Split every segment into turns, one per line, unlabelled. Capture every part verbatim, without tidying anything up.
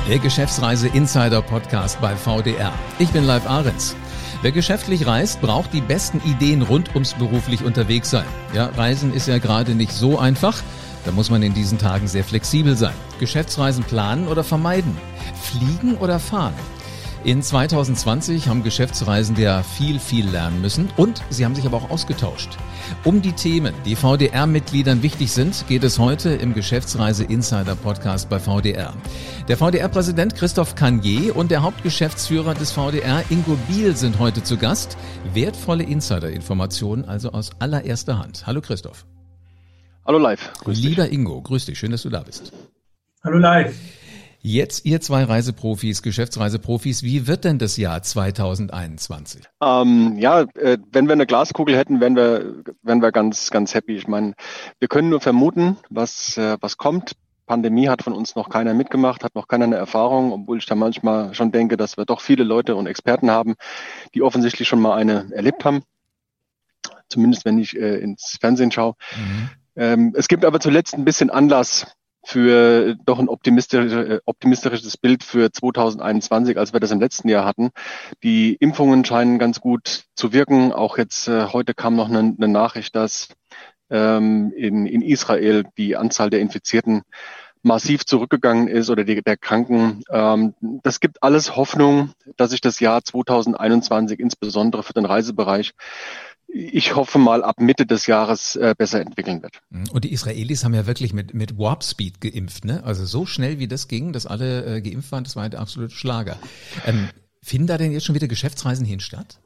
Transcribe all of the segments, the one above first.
Der Geschäftsreise-Insider-Podcast bei V D R. Ich bin Leif Ahrens. Wer geschäftlich reist, braucht die besten Ideen rund ums beruflich unterwegs sein. Ja, Reisen ist ja gerade nicht so einfach. Da muss man in diesen Tagen sehr flexibel sein. Geschäftsreisen planen oder vermeiden? Fliegen oder fahren? In zwanzig zwanzig haben Geschäftsreisende ja viel, viel lernen müssen und sie haben sich aber auch ausgetauscht. Um die Themen, die V D R-Mitgliedern wichtig sind, geht es heute im Geschäftsreise-Insider-Podcast bei V D R. Der V D R-Präsident Christoph Canier und der Hauptgeschäftsführer des V D R Ingo Biel sind heute zu Gast. Wertvolle Insider-Informationen also aus allererster Hand. Hallo Christoph.
Hallo Leif.
Grüß dich. Lieber Ingo, grüß dich, schön, dass du da bist.
Hallo Leif.
Jetzt ihr zwei Reiseprofis, Geschäftsreiseprofis, wie wird denn das Jahr zwanzig einundzwanzig?
Ähm, ja, äh, wenn wir eine Glaskugel hätten, wären wir, wären wir ganz, ganz happy. Ich meine, wir können nur vermuten, was, äh, was kommt. Pandemie hat von uns noch keiner mitgemacht, hat noch keiner eine Erfahrung, obwohl ich da manchmal schon denke, dass wir doch viele Leute und Experten haben, die offensichtlich schon mal eine erlebt haben. Zumindest wenn ich äh, ins Fernsehen schaue. Mhm. Ähm, es gibt aber zuletzt ein bisschen Anlass für doch ein optimistisch, optimistisches Bild für zwanzig einundzwanzig, als wir das im letzten Jahr hatten. Die Impfungen scheinen ganz gut zu wirken. Auch jetzt äh, heute kam noch eine, eine Nachricht, dass ähm, in, in Israel die Anzahl der Infizierten massiv zurückgegangen ist oder die, der Kranken. Ähm, das gibt alles Hoffnung, dass sich das Jahr zwanzig einundzwanzig insbesondere für den Reisebereich, ich hoffe mal, ab Mitte des Jahres äh, besser entwickeln wird.
Und die Israelis haben ja wirklich mit mit Warp Speed geimpft, ne? Also so schnell wie das ging, dass alle äh, geimpft waren, das war der absolute Schlager. Ähm, finden da denn jetzt schon wieder Geschäftsreisen hin statt?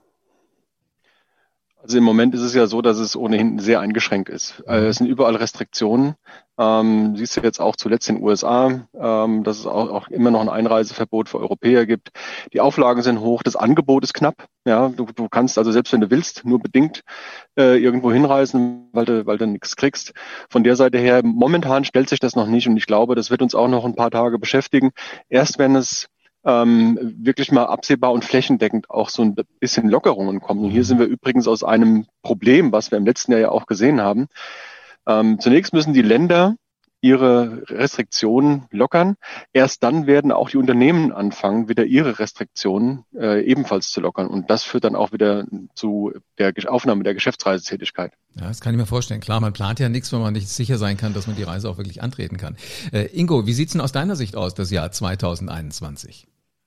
Also im Moment ist es ja so, dass es ohnehin sehr eingeschränkt ist. Mhm. Es sind überall Restriktionen. Ähm, siehst du jetzt auch zuletzt in den U S A, ähm, dass es auch, auch immer noch ein Einreiseverbot für Europäer gibt. Die Auflagen sind hoch, das Angebot ist knapp. Ja, du, du kannst also selbst wenn du willst, nur bedingt äh, irgendwo hinreisen, weil du, weil du nichts kriegst. Von der Seite her, momentan stellt sich das noch nicht und ich glaube, das wird uns auch noch ein paar Tage beschäftigen. Erst wenn es ähm, wirklich mal absehbar und flächendeckend auch so ein bisschen Lockerungen kommen. Und hier sind wir übrigens aus einem Problem, was wir im letzten Jahr ja auch gesehen haben. Ähm, zunächst müssen die Länder ihre Restriktionen lockern. Erst dann werden auch die Unternehmen anfangen, wieder ihre Restriktionen äh, ebenfalls zu lockern. Und das führt dann auch wieder zu der Aufnahme der Geschäftsreisetätigkeit.
Ja, das kann ich mir vorstellen. Klar, man plant ja nichts, wenn man nicht sicher sein kann, dass man die Reise auch wirklich antreten kann. Äh, Ingo, wie sieht's denn aus deiner Sicht aus, das Jahr zwanzig einundzwanzig?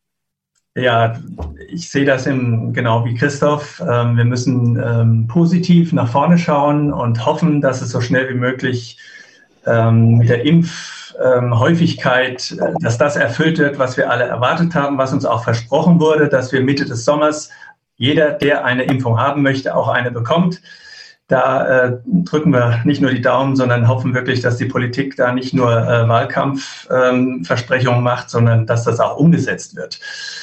Ja, ich sehe das im, genau wie Christoph. Ähm, wir müssen ähm, positiv nach vorne schauen und hoffen, dass es so schnell wie möglich ähm, mit der Impfhäufigkeit, äh, dass das erfüllt wird, was wir alle erwartet haben, was uns auch versprochen wurde, dass wir Mitte des Sommers jeder, der eine Impfung haben möchte, auch eine bekommt. Da äh, drücken wir nicht nur die Daumen, sondern hoffen wirklich, dass die Politik da nicht nur äh, Wahlkampfversprechungen ähm, macht, sondern dass das auch umgesetzt wird.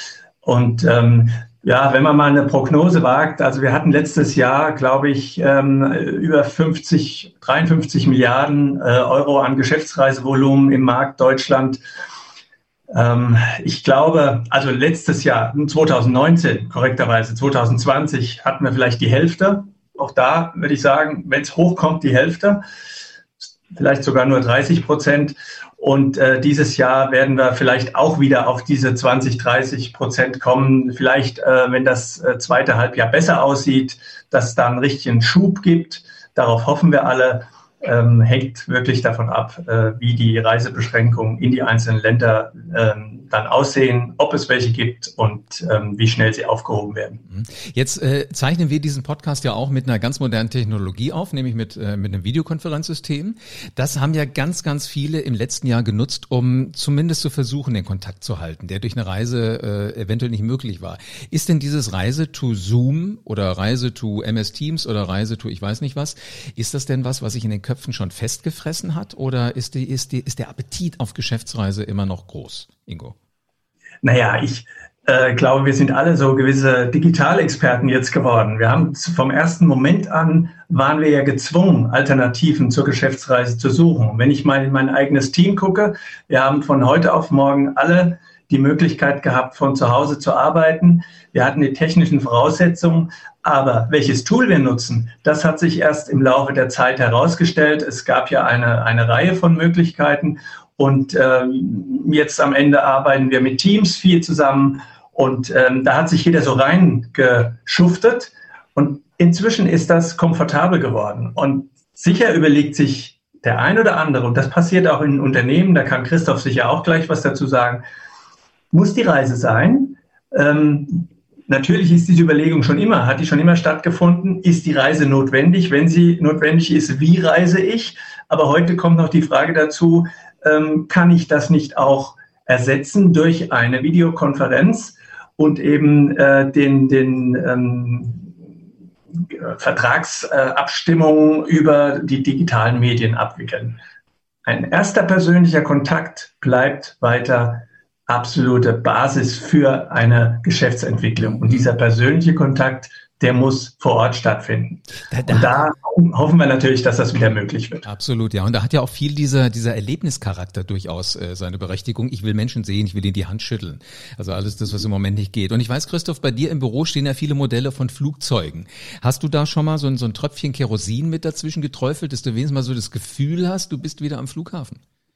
Und ähm, ja, wenn man mal eine Prognose wagt, also wir hatten letztes Jahr, glaube ich, ähm, über fünfzig, dreiundfünfzig Milliarden äh, Euro an Geschäftsreisevolumen im Markt Deutschland. Ähm, ich glaube, also letztes Jahr, zwanzig neunzehn, korrekterweise zwanzig zwanzig, hatten wir vielleicht die Hälfte. Auch da würde ich sagen, wenn es hochkommt, die Hälfte, vielleicht sogar nur dreißig Prozent. Und äh, dieses Jahr werden wir vielleicht auch wieder auf diese zwanzig, dreißig Prozent kommen. Vielleicht, äh, wenn das äh, zweite Halbjahr besser aussieht, dass es da einen richtigen Schub gibt. Darauf hoffen wir alle. Ähm, hängt wirklich davon ab, äh, wie die Reisebeschränkungen in die einzelnen Länder ähm, dann aussehen, ob es welche gibt und ähm, wie schnell sie aufgehoben werden.
Jetzt äh, zeichnen wir diesen Podcast ja auch mit einer ganz modernen Technologie auf, nämlich mit, äh, mit einem Videokonferenzsystem. Das haben ja ganz, ganz viele im letzten Jahr genutzt, um zumindest zu versuchen, den Kontakt zu halten, der durch eine Reise äh, eventuell nicht möglich war. Ist denn dieses Reise to Zoom oder Reise to M S Teams oder Reise to ich weiß nicht was, ist das denn was, was sich in den Köpfen schon festgefressen hat oder ist, die, ist, die, ist der Appetit auf Geschäftsreise immer noch groß, Ingo?
Naja, ich äh, glaube, wir sind alle so gewisse Digitalexperten jetzt geworden. Wir haben vom ersten Moment an, waren wir ja gezwungen, Alternativen zur Geschäftsreise zu suchen. Und wenn ich mal in mein eigenes Team gucke, wir haben von heute auf morgen alle die Möglichkeit gehabt, von zu Hause zu arbeiten. Wir hatten die technischen Voraussetzungen, aber welches Tool wir nutzen, das hat sich erst im Laufe der Zeit herausgestellt. Es gab ja eine, eine Reihe von Möglichkeiten Und ähm, jetzt am Ende arbeiten wir mit Teams viel zusammen. Und ähm, da hat sich jeder so reingeschuftet. Und inzwischen ist das komfortabel geworden. Und sicher überlegt sich der ein oder andere, und das passiert auch in Unternehmen, da kann Christoph sicher auch gleich was dazu sagen, muss die Reise sein? Ähm, natürlich ist diese Überlegung schon immer, hat die schon immer stattgefunden, ist die Reise notwendig? Wenn sie notwendig ist, wie reise ich? Aber heute kommt noch die Frage dazu, ähm, kann ich das nicht auch ersetzen durch eine Videokonferenz und eben äh, den, den ähm, Vertragsabstimmungen über die digitalen Medien abwickeln. Ein erster persönlicher Kontakt bleibt weiter absolute Basis für eine Geschäftsentwicklung. Und dieser persönliche Kontakt, der muss vor Ort stattfinden. Da, da, und da hoffen wir natürlich, dass das wieder möglich wird.
Absolut, ja. Und da hat ja auch viel dieser, dieser Erlebnischarakter durchaus äh, seine Berechtigung. Ich will Menschen sehen, ich will ihnen die Hand schütteln. Also alles das, was im Moment nicht geht. Und ich weiß, Christoph, bei dir im Büro stehen ja viele Modelle von Flugzeugen. Hast du da schon mal so ein, so ein Tröpfchen Kerosin mit dazwischen geträufelt, dass du wenigstens mal so das Gefühl hast, du bist wieder am Flughafen?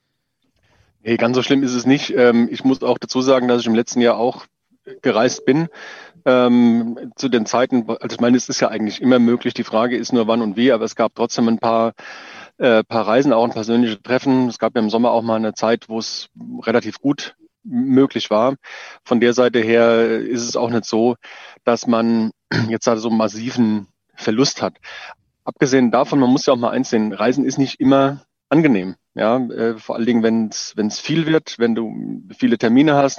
Nee, ganz so schlimm ist es nicht. Ich muss auch dazu sagen, dass ich im letzten Jahr auch gereist bin. Ähm, zu den Zeiten, also ich meine, es ist ja eigentlich immer möglich, die Frage ist nur wann und wie, aber es gab trotzdem ein paar, äh, paar Reisen, auch ein persönliche Treffen. Es gab ja im Sommer auch mal eine Zeit, wo es relativ gut möglich war. Von der Seite her ist es auch nicht so, dass man jetzt da so einen massiven Verlust hat. Abgesehen davon, man muss ja auch mal eins sehen, Reisen ist nicht immer angenehm. Ja, äh, vor allen Dingen, wenn es wenn es viel wird, wenn du viele Termine hast,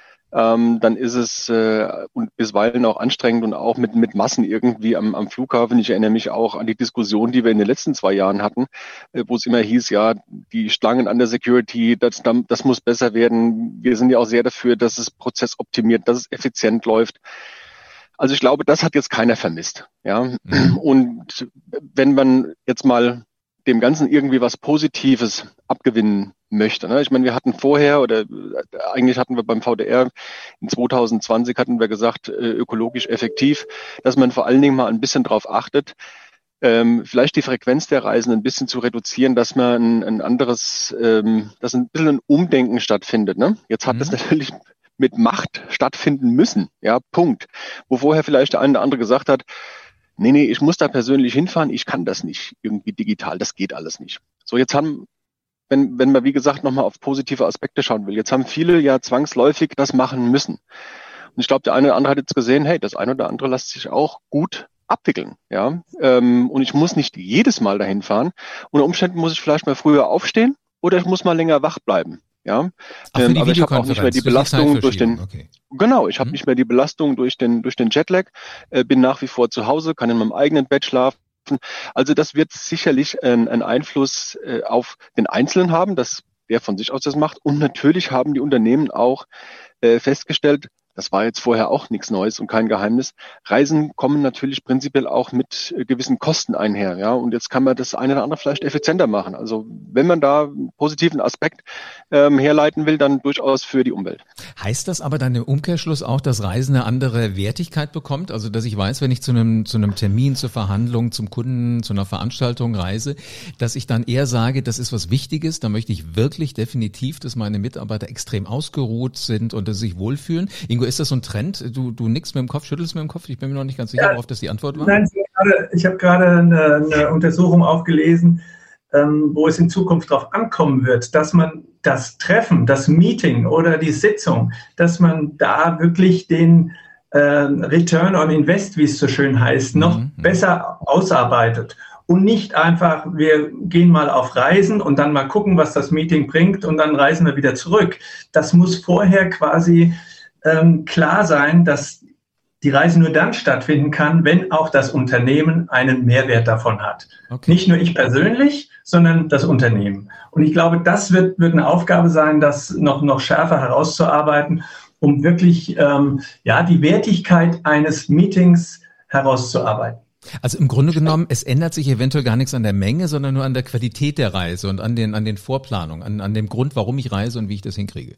ähm, dann ist es äh, und bisweilen auch anstrengend und auch mit mit Massen irgendwie am, am Flughafen. Ich erinnere mich auch an die Diskussion, die wir in den letzten zwei Jahren hatten, äh, wo es immer hieß, ja, die Schlangen an der Security, das, das muss besser werden. Wir sind ja auch sehr dafür, dass es prozessoptimiert, dass es effizient läuft. Also ich glaube, das hat jetzt keiner vermisst. Ja, mhm. Und wenn man jetzt mal dem Ganzen irgendwie was Positives abgewinnen möchte. Ne? Ich meine, wir hatten vorher oder eigentlich hatten wir beim V D R in zwanzig zwanzig hatten wir gesagt, ökologisch effektiv, dass man vor allen Dingen mal ein bisschen drauf achtet, ähm, vielleicht die Frequenz der Reisen ein bisschen zu reduzieren, dass man ein, ein anderes, ähm, dass ein bisschen ein Umdenken stattfindet. Ne? Jetzt hat mhm. das natürlich mit Macht stattfinden müssen. Ja, Punkt. Wo vorher vielleicht der eine oder andere gesagt hat, nee, nee, ich muss da persönlich hinfahren, ich kann das nicht irgendwie digital, das geht alles nicht. So, jetzt haben, wenn, wenn man wie gesagt nochmal auf positive Aspekte schauen will, jetzt haben viele ja zwangsläufig das machen müssen. Und ich glaube, der eine oder andere hat jetzt gesehen, hey, das eine oder andere lässt sich auch gut abwickeln, ja. Ähm, und ich muss nicht jedes Mal dahin fahren. Unter Umständen muss ich vielleicht mal früher aufstehen oder ich muss mal länger wach bleiben. Ja, ähm, aber ich habe auch nicht mehr die Belastung durch den, okay. genau, ich habe mhm. nicht mehr die Belastung durch den durch den Jetlag, äh, bin nach wie vor zu Hause, kann in meinem eigenen Bett schlafen. Also das wird sicherlich äh, einen Einfluss äh, auf den Einzelnen haben, dass der von sich aus das macht. Und natürlich haben die Unternehmen auch äh, festgestellt, das war jetzt vorher auch nichts Neues und kein Geheimnis. Reisen kommen natürlich prinzipiell auch mit äh, gewissen Kosten einher, ja. Und jetzt kann man das eine oder andere vielleicht effizienter machen. Also wenn man da einen positiven Aspekt ähm, herleiten will, dann durchaus für die Umwelt.
Heißt das aber dann im Umkehrschluss auch, dass Reisen eine andere Wertigkeit bekommt? Also dass ich weiß, wenn ich zu einem zu einem Termin, zur Verhandlung, zum Kunden, zu einer Veranstaltung reise, dass ich dann eher sage, das ist was Wichtiges, da möchte ich wirklich definitiv, dass meine Mitarbeiter extrem ausgeruht sind und dass sie sich wohlfühlen. Ingo, ist das so ein Trend? Du, du nickst mit dem Kopf, schüttelst mit dem Kopf? Ich bin mir noch nicht ganz sicher, ja, worauf das die Antwort war.
Nein, ich habe gerade eine, eine Untersuchung aufgelesen, ähm, wo es in Zukunft darauf ankommen wird, dass man das Treffen, das Meeting oder die Sitzung, dass man da wirklich den äh, Return on Invest, wie es so schön heißt, noch mhm. besser ausarbeitet. Und nicht einfach, wir gehen mal auf Reisen und dann mal gucken, was das Meeting bringt und dann reisen wir wieder zurück. Das muss vorher quasi ähm, klar sein, dass die Reise nur dann stattfinden kann, wenn auch das Unternehmen einen Mehrwert davon hat. Okay. Nicht nur ich persönlich, sondern das Unternehmen. Und ich glaube, das wird, wird eine Aufgabe sein, das noch, noch schärfer herauszuarbeiten, um wirklich ähm, ja, die Wertigkeit eines Meetings herauszuarbeiten.
Also im Grunde genommen, es ändert sich eventuell gar nichts an der Menge, sondern nur an der Qualität der Reise und an den, an den Vorplanungen, an, an dem Grund, warum ich reise und wie ich das hinkriege.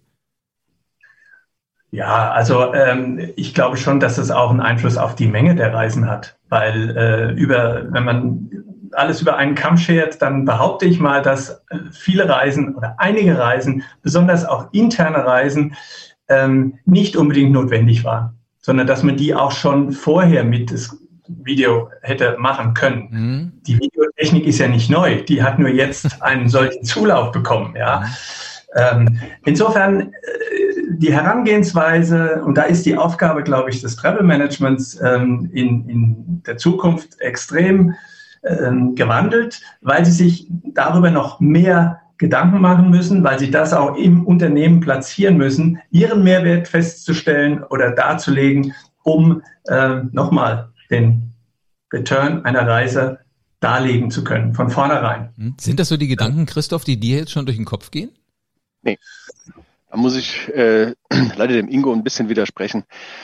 Ja, also ähm, ich glaube schon, dass es auch einen Einfluss auf die Menge der Reisen hat, weil äh, über, wenn man alles über einen Kamm schert, dann behaupte ich mal, dass viele Reisen oder einige Reisen, besonders auch interne Reisen, ähm, nicht unbedingt notwendig waren, sondern dass man die auch schon vorher mit das Video hätte machen können. Mhm. Die Videotechnik ist ja nicht neu, die hat nur jetzt einen solchen Zulauf bekommen. Ja. Ähm, insofern die Herangehensweise, und da ist die Aufgabe, glaube ich, des Travel Managements ähm, in, in der Zukunft extrem ähm, gewandelt, weil sie sich darüber noch mehr Gedanken machen müssen, weil sie das auch im Unternehmen platzieren müssen, ihren Mehrwert festzustellen oder darzulegen, um äh, nochmal den Return einer Reise darlegen zu können, von vornherein.
Sind das so die Gedanken, Christoph, die dir jetzt schon durch den Kopf gehen?
Nee. Da muss ich äh, leider dem Ingo ein bisschen widersprechen.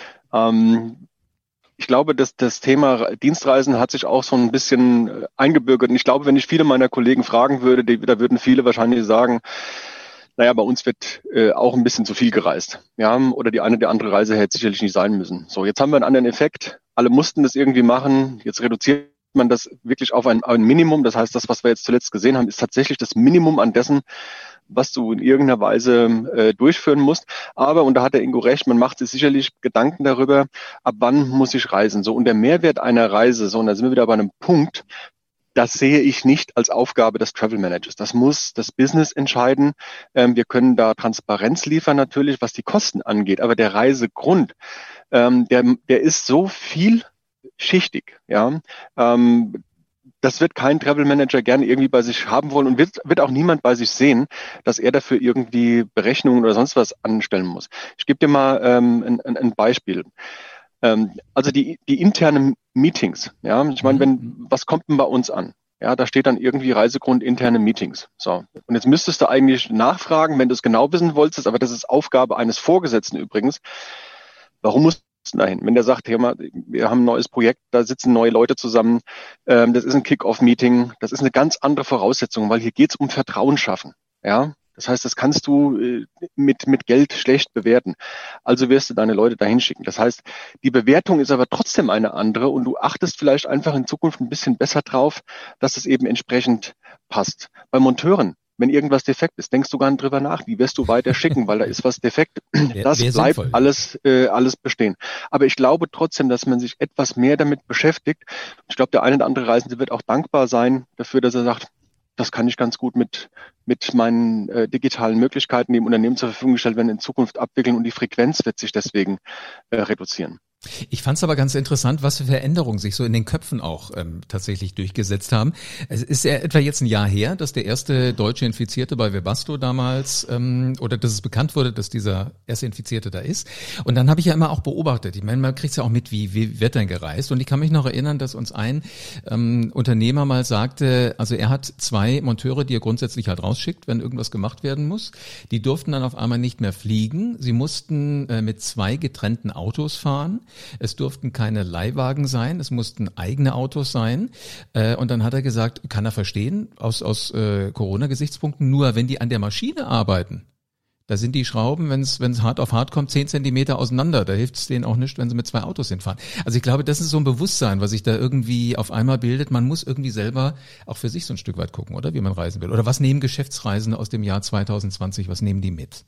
Ähm, ich glaube, dass das Thema Dienstreisen hat sich auch so ein bisschen eingebürgert. Und ich glaube, wenn ich viele meiner Kollegen fragen würde, die, da würden viele wahrscheinlich sagen, naja, bei uns wird äh, auch ein bisschen zu viel gereist. Ja, oder die eine oder andere Reise hätte sicherlich nicht sein müssen. So, jetzt haben wir einen anderen Effekt. Alle mussten das irgendwie machen. Jetzt reduziert man das wirklich auf ein, ein Minimum. Das heißt, das, was wir jetzt zuletzt gesehen haben, ist tatsächlich das Minimum an dessen, was du in irgendeiner Weise äh, durchführen musst. Aber, und da hat der Ingo recht, man macht sich sicherlich Gedanken darüber, ab wann muss ich reisen. So, und der Mehrwert einer Reise, so, und da sind wir wieder bei einem Punkt, das sehe ich nicht als Aufgabe des Travel Managers. Das muss das Business entscheiden. Ähm, wir können da Transparenz liefern natürlich, was die Kosten angeht. Aber der Reisegrund, ähm, der, der ist so vielschichtig, ja. Ähm, Das wird kein Travel Manager gerne irgendwie bei sich haben wollen und wird, wird auch niemand bei sich sehen, dass er dafür irgendwie Berechnungen oder sonst was anstellen muss. Ich gebe dir mal ähm, ein, ein Beispiel. Ähm, also die, die internen Meetings. Ja, ich meine, wenn was kommt denn bei uns an? Ja, da steht dann irgendwie Reisegrund interne Meetings. So. Und jetzt müsstest du eigentlich nachfragen, wenn du es genau wissen wolltest, aber das ist Aufgabe eines Vorgesetzten übrigens. Warum musst dahin. Wenn der sagt, hey, wir haben ein neues Projekt, da sitzen neue Leute zusammen, ähm, das ist ein Kick-Off-Meeting, das ist eine ganz andere Voraussetzung, weil hier geht es um Vertrauen schaffen. Ja, das heißt, das kannst du äh, mit mit Geld schlecht bewerten. Also wirst du deine Leute dahin schicken. Das heißt, die Bewertung ist aber trotzdem eine andere und du achtest vielleicht einfach in Zukunft ein bisschen besser drauf, dass es eben entsprechend passt. Bei Monteuren, wenn irgendwas defekt ist, denkst du gar nicht drüber nach. Wie wirst du weiter schicken, weil da ist was defekt. Das wär, wär bleibt sinnvoll. alles äh, alles bestehen. Aber ich glaube trotzdem, dass man sich etwas mehr damit beschäftigt. Ich glaube, der eine oder andere Reisende wird auch dankbar sein dafür, dass er sagt, das kann ich ganz gut mit mit meinen äh, digitalen Möglichkeiten, die im Unternehmen zur Verfügung gestellt werden, in Zukunft abwickeln und die Frequenz wird sich deswegen äh, reduzieren.
Ich fand es aber ganz interessant, was für Veränderungen sich so in den Köpfen auch ähm, tatsächlich durchgesetzt haben. Es ist ja etwa jetzt ein Jahr her, dass der erste deutsche Infizierte bei Webasto damals, ähm, oder dass es bekannt wurde, dass dieser erste Infizierte da ist. Und dann habe ich ja immer auch beobachtet, ich meine, man kriegt ja auch mit, wie, wie wird denn gereist. Und ich kann mich noch erinnern, dass uns ein ähm, Unternehmer mal sagte, also er hat zwei Monteure, die er grundsätzlich halt rausschickt, wenn irgendwas gemacht werden muss. Die durften dann auf einmal nicht mehr fliegen. Sie mussten äh, mit zwei getrennten Autos fahren. Es durften keine Leihwagen sein, es mussten eigene Autos sein. Äh, und dann hat er gesagt, kann er verstehen, aus, aus äh, Corona-Gesichtspunkten, nur wenn die an der Maschine arbeiten, da sind die Schrauben, wenn es wenn es hart auf hart kommt, zehn Zentimeter auseinander. Da hilft es denen auch nicht, wenn sie mit zwei Autos hinfahren. Also ich glaube, das ist so ein Bewusstsein, was sich da irgendwie auf einmal bildet. Man muss irgendwie selber auch für sich so ein Stück weit gucken, oder wie man reisen will. Oder was nehmen Geschäftsreisende aus dem Jahr zwanzig zwanzig, was nehmen die mit?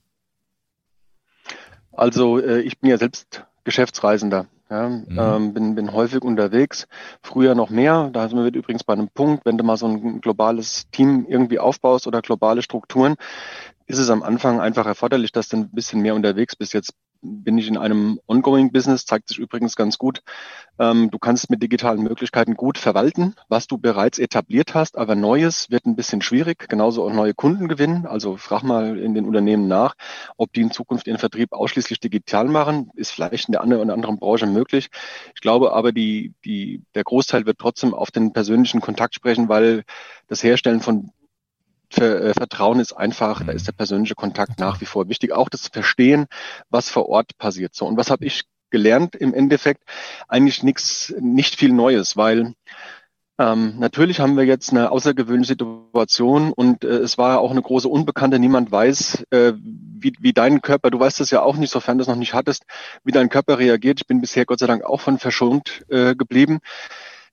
Also äh, ich bin ja selbst Geschäftsreisender. Ja, mhm. ähm, bin, bin häufig unterwegs, früher noch mehr. Da sind wir übrigens bei einem Punkt, wenn du mal so ein globales Team irgendwie aufbaust oder globale Strukturen, ist es am Anfang einfach erforderlich, dass du ein bisschen mehr unterwegs bist. Jetzt bin ich in einem Ongoing-Business, zeigt sich übrigens ganz gut. Ähm, du kannst mit digitalen Möglichkeiten gut verwalten, was du bereits etabliert hast, aber Neues wird ein bisschen schwierig, genauso auch neue Kunden gewinnen. Also frag mal in den Unternehmen nach, ob die in Zukunft ihren Vertrieb ausschließlich digital machen, ist vielleicht in der einen oder anderen Branche möglich. Ich glaube aber, die, die, der Großteil wird trotzdem auf den persönlichen Kontakt sprechen, weil das Herstellen von Vertrauen ist einfach, da ist der persönliche Kontakt nach wie vor wichtig. Auch das Verstehen, was vor Ort passiert. So, und was habe ich gelernt im Endeffekt? Eigentlich nichts, nicht viel Neues, weil ähm, natürlich haben wir jetzt eine außergewöhnliche Situation und äh, es war ja auch eine große Unbekannte. Niemand weiß, äh, wie, wie dein Körper, du weißt es ja auch nicht, sofern du es noch nicht hattest, wie dein Körper reagiert. Ich bin bisher Gott sei Dank auch von verschont äh, geblieben.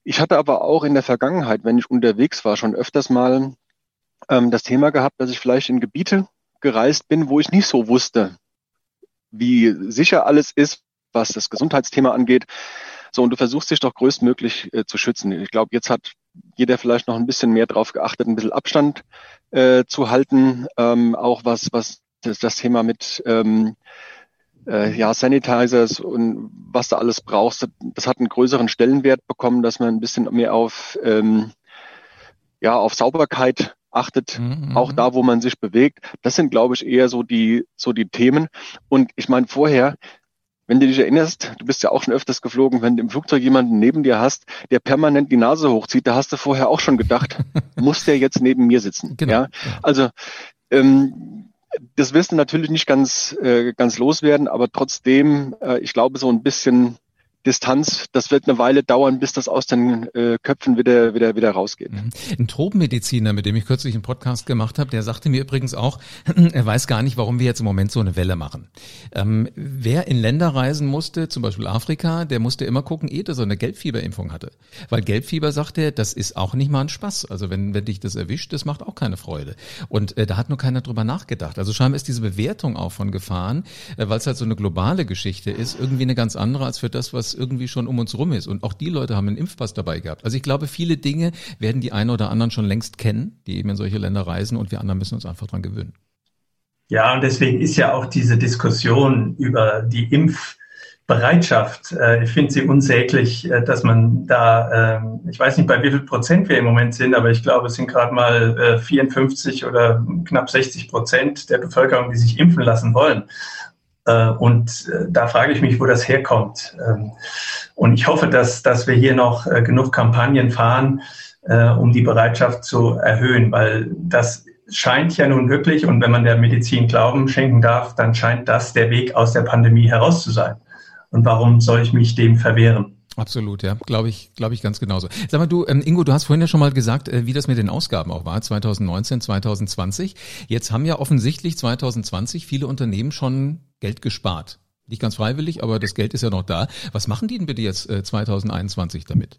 Ich hatte aber auch in der Vergangenheit, wenn ich unterwegs war, schon öfters mal ähm, das Thema gehabt, dass ich vielleicht in Gebiete gereist bin, wo ich nicht so wusste, wie sicher alles ist, was das Gesundheitsthema angeht. So, und du versuchst dich doch größtmöglich äh, zu schützen. Ich glaube, jetzt hat jeder vielleicht noch ein bisschen mehr drauf geachtet, ein bisschen Abstand äh, zu halten, ähm, auch was was das, das Thema mit ähm, äh, ja Sanitizers und was du alles brauchst, das hat einen größeren Stellenwert bekommen, dass man ein bisschen mehr auf ähm, ja auf Sauberkeit achtet,
Mhm.
auch da, wo man sich bewegt. Das sind, glaube ich, eher so die so die Themen. Und ich meine, vorher, wenn du dich erinnerst, du bist ja auch schon öfters geflogen, wenn du im Flugzeug jemanden neben dir hast, der permanent die Nase hochzieht, da hast du vorher auch schon gedacht, muss der jetzt neben mir sitzen?
Genau.
Ja, also ähm, das wirst du natürlich nicht ganz äh, ganz loswerden, aber trotzdem, äh, ich glaube, so ein bisschen Distanz, das wird eine Weile dauern, bis das aus den äh, Köpfen wieder wieder wieder rausgeht.
Ein Tropenmediziner, mit dem ich kürzlich einen Podcast gemacht habe, der sagte mir übrigens auch, er weiß gar nicht, warum wir jetzt im Moment so eine Welle machen. Ähm, wer in Länder reisen musste, zum Beispiel Afrika, der musste immer gucken, eh, dass er eine Gelbfieberimpfung hatte. Weil Gelbfieber, sagt er, das ist auch nicht mal ein Spaß. Also wenn, wenn dich das erwischt, das macht auch keine Freude. Und äh, da hat nur keiner drüber nachgedacht. Also scheinbar ist diese Bewertung auch von Gefahren, äh, weil es halt so eine globale Geschichte ist, irgendwie eine ganz andere als für das, was irgendwie schon um uns rum ist. Und auch die Leute haben einen Impfpass dabei gehabt. Also ich glaube, viele Dinge werden die einen oder anderen schon längst kennen, die eben in solche Länder reisen, und wir anderen müssen uns einfach dran gewöhnen.
Ja, und deswegen ist ja auch diese Diskussion über die Impfbereitschaft, äh, ich finde sie unsäglich, äh, dass man da, äh, ich weiß nicht, bei wie viel Prozent wir im Moment sind, aber ich glaube, es sind gerade mal äh, vierundfünfzig oder knapp sechzig Prozent der Bevölkerung, die sich impfen lassen wollen. Und da frage ich mich, wo das herkommt. Und ich hoffe, dass, dass wir hier noch genug Kampagnen fahren, um die Bereitschaft zu erhöhen, weil das scheint ja nun wirklich, und wenn man der Medizin Glauben schenken darf, dann scheint das der Weg aus der Pandemie heraus zu sein. Und warum soll ich mich dem verwehren?
Absolut, ja, glaube ich, glaube ich ganz genauso. Sag mal, du, ähm, Ingo, du hast vorhin ja schon mal gesagt, äh, wie das mit den Ausgaben auch war, zwanzig neunzehn, zwanzig zwanzig. Jetzt haben ja offensichtlich zwanzig zwanzig viele Unternehmen schon Geld gespart. Nicht ganz freiwillig, aber das Geld ist ja noch da. Was machen die denn bitte jetzt äh, zwanzig einundzwanzig damit?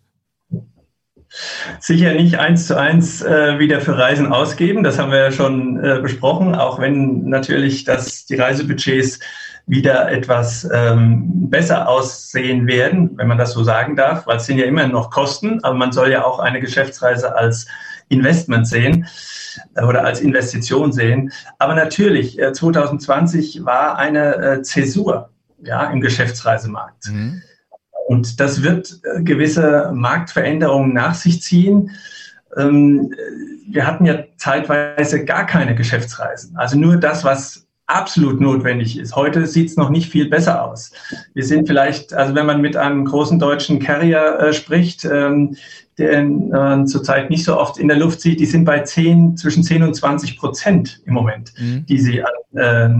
Sicher nicht eins zu eins äh, wieder für Reisen ausgeben. Das haben wir ja schon äh, besprochen, auch wenn natürlich das, die Reisebudgets wieder etwas ähm, besser aussehen werden, wenn man das so sagen darf, weil es sind ja immer noch Kosten, aber man soll ja auch eine Geschäftsreise als Investment sehen äh, oder als Investition sehen. Aber natürlich, äh, zwanzig zwanzig war eine äh, Zäsur, ja, im Geschäftsreisemarkt. Mhm. Und das wird äh, gewisse Marktveränderungen nach sich ziehen. Ähm, wir hatten ja zeitweise gar keine Geschäftsreisen, also nur das, was absolut notwendig ist. Heute sieht es noch nicht viel besser aus. Wir sind vielleicht, also wenn man mit einem großen deutschen Carrier äh, spricht, ähm, der äh, zurzeit nicht so oft in der Luft sieht, die sind bei zehn, zwischen zehn und zwanzig Prozent im Moment, mhm. die sie an, äh,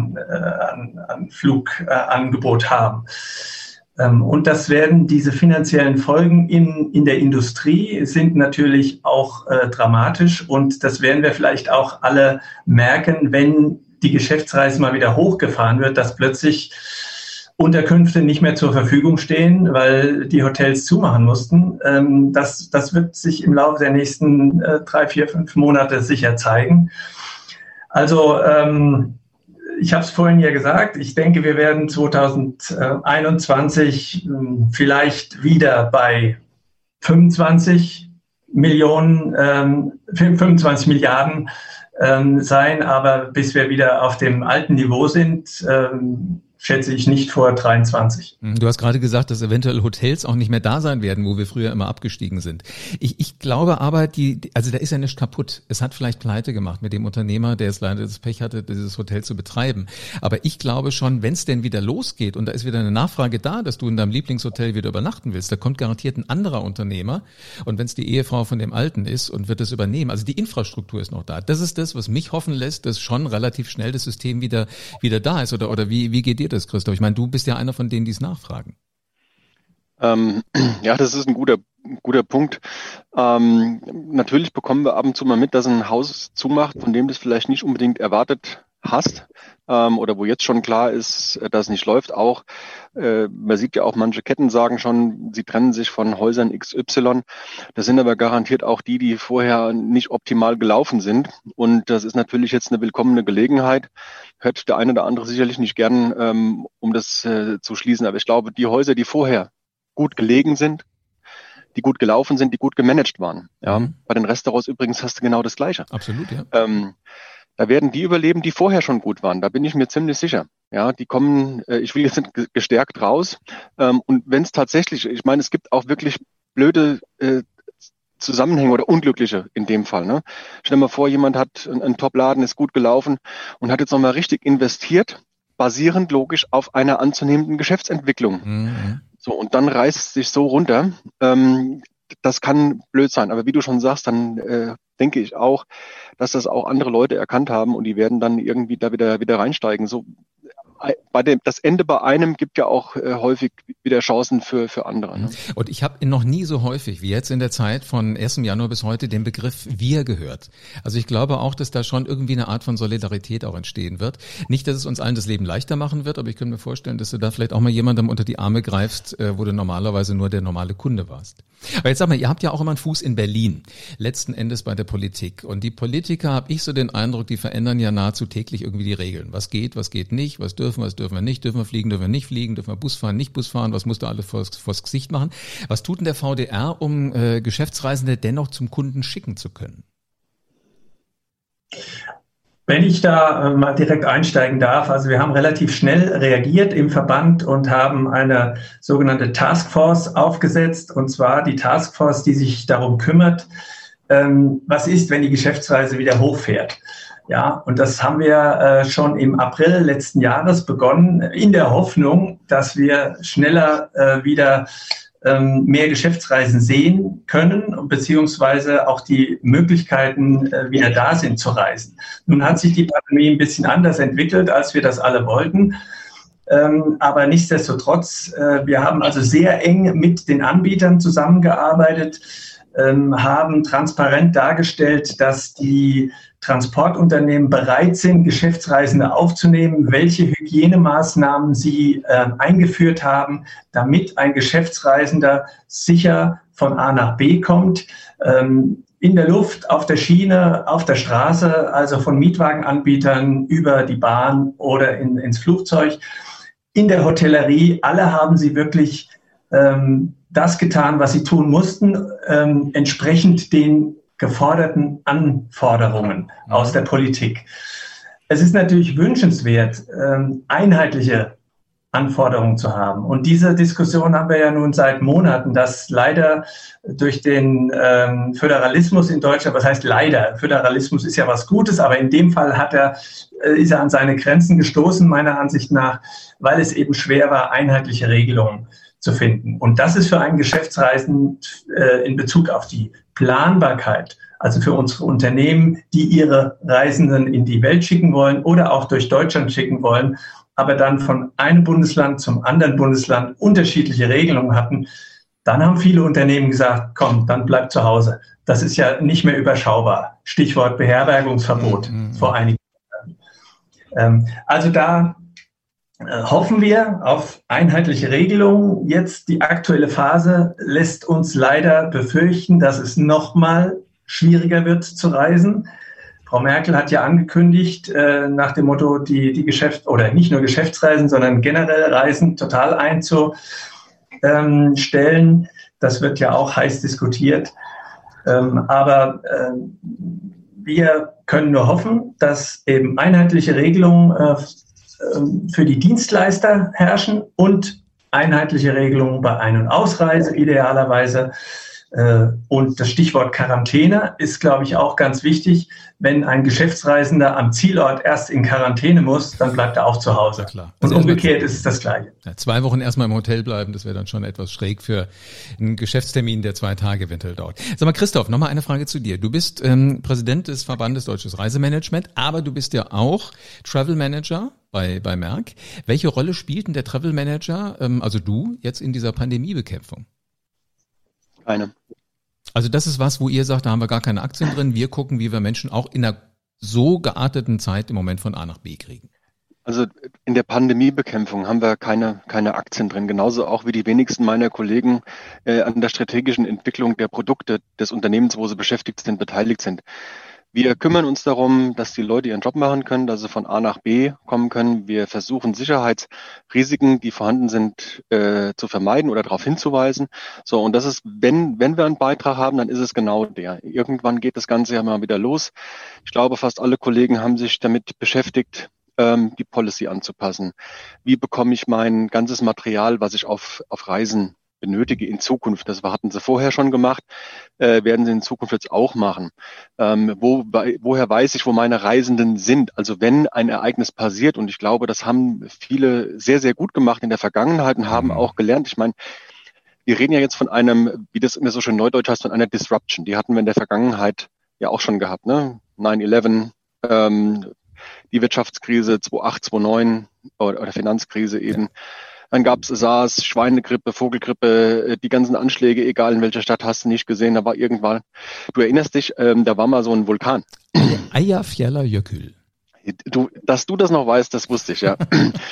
an, an Flugangebot haben. Ähm, und das werden diese finanziellen Folgen in, in der Industrie sind natürlich auch äh, dramatisch, und das werden wir vielleicht auch alle merken, wenn die Geschäftsreise mal wieder hochgefahren wird, dass plötzlich Unterkünfte nicht mehr zur Verfügung stehen, weil die Hotels zumachen mussten. Ähm, das, das wird sich im Laufe der nächsten äh, drei, vier, fünf Monate sicher zeigen. Also ähm, ich habe es vorhin ja gesagt, ich denke, wir werden zwanzig einundzwanzig äh, vielleicht wieder bei fünfundzwanzig Millionen, ähm, fünfundzwanzig Milliarden Ähm, sein, aber bis wir wieder auf dem alten Niveau sind, ähm, schätze ich nicht vor dreiundzwanzig.
Du hast gerade gesagt, dass eventuell Hotels auch nicht mehr da sein werden, wo wir früher immer abgestiegen sind. Ich, ich glaube aber, die, also da ist ja nichts kaputt. Es hat vielleicht Pleite gemacht mit dem Unternehmer, der es leider das Pech hatte, dieses Hotel zu betreiben. Aber ich glaube schon, wenn es denn wieder losgeht und da ist wieder eine Nachfrage da, dass du in deinem Lieblingshotel wieder übernachten willst, da kommt garantiert ein anderer Unternehmer. Und wenn es die Ehefrau von dem Alten ist und wird es übernehmen, also die Infrastruktur ist noch da. Das ist das, was mich hoffen lässt, dass schon relativ schnell das System wieder wieder da ist. Oder oder wie wie geht dir das, Christoph? Ich meine, du bist ja einer von denen, die es nachfragen.
Ähm, ja, das ist ein guter guter Punkt. Ähm, natürlich bekommen wir ab und zu mal mit, dass ein Haus zumacht, von dem du es vielleicht nicht unbedingt erwartet hast. ähm, oder wo jetzt schon klar ist, dass es nicht läuft. Auch äh, man sieht ja auch, manche Ketten sagen schon, sie trennen sich von Häusern X Y. Das sind aber garantiert auch die, die vorher nicht optimal gelaufen sind. Und das ist natürlich jetzt eine willkommene Gelegenheit. Hört der eine oder andere sicherlich nicht gern, ähm, um das äh, zu schließen. Aber ich glaube, die Häuser, die vorher gut gelegen sind, die gut gelaufen sind, die gut gemanagt waren. Ja, mhm. Bei den Restaurants übrigens hast du genau das Gleiche.
Absolut, ja.
Ähm, da werden die überleben, die vorher schon gut waren. Da bin ich mir ziemlich sicher. Ja, die kommen, äh, ich will jetzt nicht gestärkt raus. Ähm, und wenn es tatsächlich, ich meine, es gibt auch wirklich blöde äh, Zusammenhänge oder unglückliche in dem Fall. Ne? Stell dir mal vor, jemand hat einen, einen Top-Laden, ist gut gelaufen und hat jetzt nochmal richtig investiert, basierend logisch auf einer anzunehmenden Geschäftsentwicklung. Mhm. So, und dann reißt es sich so runter. Ähm, das kann blöd sein. Aber wie du schon sagst, dann äh, denke ich auch, dass das auch andere Leute erkannt haben und die werden dann irgendwie da wieder wieder reinsteigen. So bei dem das Ende bei einem gibt ja auch äh, häufig wieder Chancen für für andere. Ne?
Und ich habe noch nie so häufig wie jetzt in der Zeit von ersten Januar bis heute den Begriff wir gehört. Also ich glaube auch, dass da schon irgendwie eine Art von Solidarität auch entstehen wird. Nicht, dass es uns allen das Leben leichter machen wird, aber ich könnte mir vorstellen, dass du da vielleicht auch mal jemandem unter die Arme greifst, äh, wo du normalerweise nur der normale Kunde warst. Aber jetzt sag mal, ihr habt ja auch immer einen Fuß in Berlin, letzten Endes bei der Politik. Und die Politiker, habe ich so den Eindruck, die verändern ja nahezu täglich irgendwie die Regeln. Was geht, was geht nicht, was dürfen, was dürfen wir nicht, dürfen wir fliegen, dürfen wir nicht fliegen, dürfen wir Bus fahren, nicht Bus fahren, was musst du alles vors, vors Gesicht machen. Was tut denn der V D R, um äh, Geschäftsreisende dennoch zum Kunden schicken zu können?
Wenn ich da äh, mal direkt einsteigen darf, also wir haben relativ schnell reagiert im Verband und haben eine sogenannte Taskforce aufgesetzt, und zwar die Taskforce, die sich darum kümmert, ähm, was ist, wenn die Geschäftsreise wieder hochfährt. Ja, und das haben wir äh, schon im April letzten Jahres begonnen, in der Hoffnung, dass wir schneller äh, wieder mehr Geschäftsreisen sehen können, beziehungsweise auch die Möglichkeiten äh, wieder da sind zu reisen. Nun hat sich die Pandemie ein bisschen anders entwickelt, als wir das alle wollten. Ähm, aber nichtsdestotrotz, äh, wir haben also sehr eng mit den Anbietern zusammengearbeitet, ähm, haben transparent dargestellt, dass die Transportunternehmen bereit sind, Geschäftsreisende aufzunehmen, welche Hygienemaßnahmen sie äh, eingeführt haben, damit ein Geschäftsreisender sicher von A nach B kommt, ähm, in der Luft, auf der Schiene, auf der Straße, also von Mietwagenanbietern über die Bahn oder in, ins Flugzeug. In der Hotellerie, alle haben sie wirklich ähm, das getan, was sie tun mussten, ähm, entsprechend den geforderten Anforderungen aus der Politik. Es ist natürlich wünschenswert, einheitliche Anforderungen zu haben. Und diese Diskussion haben wir ja nun seit Monaten, dass leider durch den Föderalismus in Deutschland, was heißt leider, Föderalismus ist ja was Gutes, aber in dem Fall hat er, ist er an seine Grenzen gestoßen, meiner Ansicht nach, weil es eben schwer war, einheitliche Regelungen zu finden. Und das ist für einen Geschäftsreisenden äh, in Bezug auf die Planbarkeit, also für unsere Unternehmen, die ihre Reisenden in die Welt schicken wollen oder auch durch Deutschland schicken wollen, aber dann von einem Bundesland zum anderen Bundesland unterschiedliche Regelungen hatten, dann haben viele Unternehmen gesagt, komm, dann bleib zu Hause. Das ist ja nicht mehr überschaubar. Stichwort Beherbergungsverbot mhm. vor einigen Jahren. Ähm, also da hoffen wir auf einheitliche Regelungen. Jetzt die aktuelle Phase lässt uns leider befürchten, dass es nochmal schwieriger wird zu reisen. Frau Merkel hat ja angekündigt, äh, nach dem Motto, die, die Geschäft- oder nicht nur Geschäftsreisen, sondern generell Reisen total einzustellen. Das wird ja auch heiß diskutiert. Ähm, aber äh, wir können nur hoffen, dass eben einheitliche Regelungen äh, für die Dienstleister herrschen und einheitliche Regelungen bei Ein- und Ausreise idealerweise. Und das Stichwort Quarantäne ist, glaube ich, auch ganz wichtig. Wenn ein Geschäftsreisender am Zielort erst in Quarantäne muss, dann bleibt er auch zu Hause. Ja, klar. Und umgekehrt ist es das Gleiche.
Ja, zwei Wochen erstmal im Hotel bleiben, das wäre dann schon etwas schräg für einen Geschäftstermin, der zwei Tage eventuell dauert. Sag mal, Christoph, nochmal eine Frage zu dir. Du bist ähm, Präsident des Verbandes Deutsches Reisemanagement, aber du bist ja auch Travel Manager bei, bei Merck. Welche Rolle spielt denn der Travel Manager, ähm, also du, jetzt in dieser Pandemiebekämpfung?
Keine.
Also das ist was, wo ihr sagt, da haben wir gar keine Aktien drin. Wir gucken, wie wir Menschen auch in einer so gearteten Zeit im Moment von A nach B kriegen.
Also in der Pandemiebekämpfung haben wir keine, keine Aktien drin, genauso auch wie die wenigsten meiner Kollegen äh, an der strategischen Entwicklung der Produkte des Unternehmens, wo sie beschäftigt sind, beteiligt sind. Wir kümmern uns darum, dass die Leute ihren Job machen können, dass sie von A nach B kommen können. Wir versuchen Sicherheitsrisiken, die vorhanden sind, äh, zu vermeiden oder darauf hinzuweisen. So, und das ist, wenn, wenn wir einen Beitrag haben, dann ist es genau der. Irgendwann geht das Ganze ja mal wieder los. Ich glaube, fast alle Kollegen haben sich damit beschäftigt, ähm, die Policy anzupassen. Wie bekomme ich mein ganzes Material, was ich auf, auf Reisen benötige in Zukunft? Das hatten sie vorher schon gemacht, äh, werden sie in Zukunft jetzt auch machen. Ähm, wo, woher weiß ich, wo meine Reisenden sind? Also wenn ein Ereignis passiert, und ich glaube, das haben viele sehr, sehr gut gemacht in der Vergangenheit und haben auch gelernt. Ich meine, wir reden ja jetzt von einem, wie das immer so schön neudeutsch heißt, von einer Disruption. Die hatten wir in der Vergangenheit ja auch schon gehabt, ne? nine eleven, ähm, die Wirtschaftskrise zweitausendacht, zweitausendneun oder, oder Finanzkrise eben. Ja. Dann gab es SARS, Schweinegrippe, Vogelgrippe, die ganzen Anschläge, egal in welcher Stadt, hast du nicht gesehen. Da war irgendwann, du erinnerst dich, ähm, da war mal so ein Vulkan.
Eyjafjallajökull.
Du, dass du das noch weißt, das wusste ich, ja.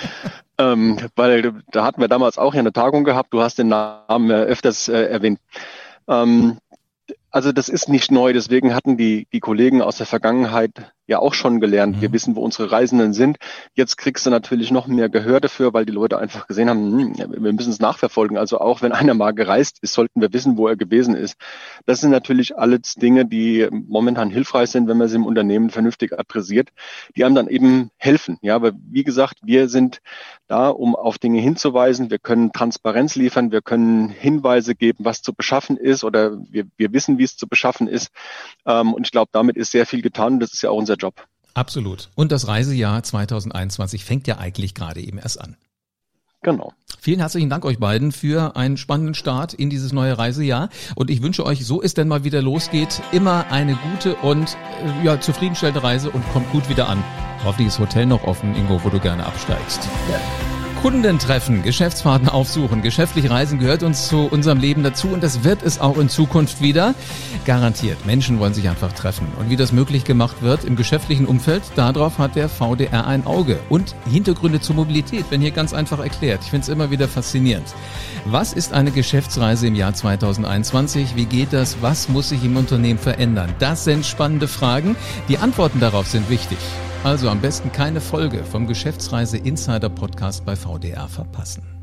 ähm, weil da hatten wir damals auch ja eine Tagung gehabt. Du hast den Namen äh, öfters äh, erwähnt. Ähm, Also das ist nicht neu, deswegen hatten die die Kollegen aus der Vergangenheit ja auch schon gelernt. Mhm. Wir wissen, wo unsere Reisenden sind. Jetzt kriegst du natürlich noch mehr Gehör dafür, weil die Leute einfach gesehen haben, hm, wir müssen es nachverfolgen. Also auch wenn einer mal gereist ist, sollten wir wissen, wo er gewesen ist. Das sind natürlich alles Dinge, die momentan hilfreich sind, wenn man sie im Unternehmen vernünftig adressiert, die einem dann eben helfen. Ja, aber wie gesagt, wir sind da, um auf Dinge hinzuweisen. Wir können Transparenz liefern, wir können Hinweise geben, was zu beschaffen ist, oder wir, wir wissen, wie es zu beschaffen ist. Und ich glaube, damit ist sehr viel getan. Das ist ja auch unser Job.
Absolut. Und das Reisejahr zwanzig einundzwanzig fängt ja eigentlich gerade eben erst an.
Genau.
Vielen herzlichen Dank euch beiden für einen spannenden Start in dieses neue Reisejahr. Und ich wünsche euch, so es denn mal wieder losgeht, immer eine gute und ja, zufriedenstellende Reise und kommt gut wieder an. Hoffentlich ist das Hotel noch offen, Ingo, wo du gerne absteigst. Ja. Kunden treffen, Geschäftsfahrten aufsuchen, geschäftlich reisen gehört uns zu unserem Leben dazu und das wird es auch in Zukunft wieder. Garantiert. Menschen wollen sich einfach treffen. Und wie das möglich gemacht wird im geschäftlichen Umfeld, darauf hat der V D R ein Auge. Und Hintergründe zur Mobilität werden hier ganz einfach erklärt. Ich finde es immer wieder faszinierend. Was ist eine Geschäftsreise im Jahr zwanzig einundzwanzig? Wie geht das? Was muss sich im Unternehmen verändern? Das sind spannende Fragen. Die Antworten darauf sind wichtig. Also am besten keine Folge vom Geschäftsreise Insider Podcast bei V D R verpassen.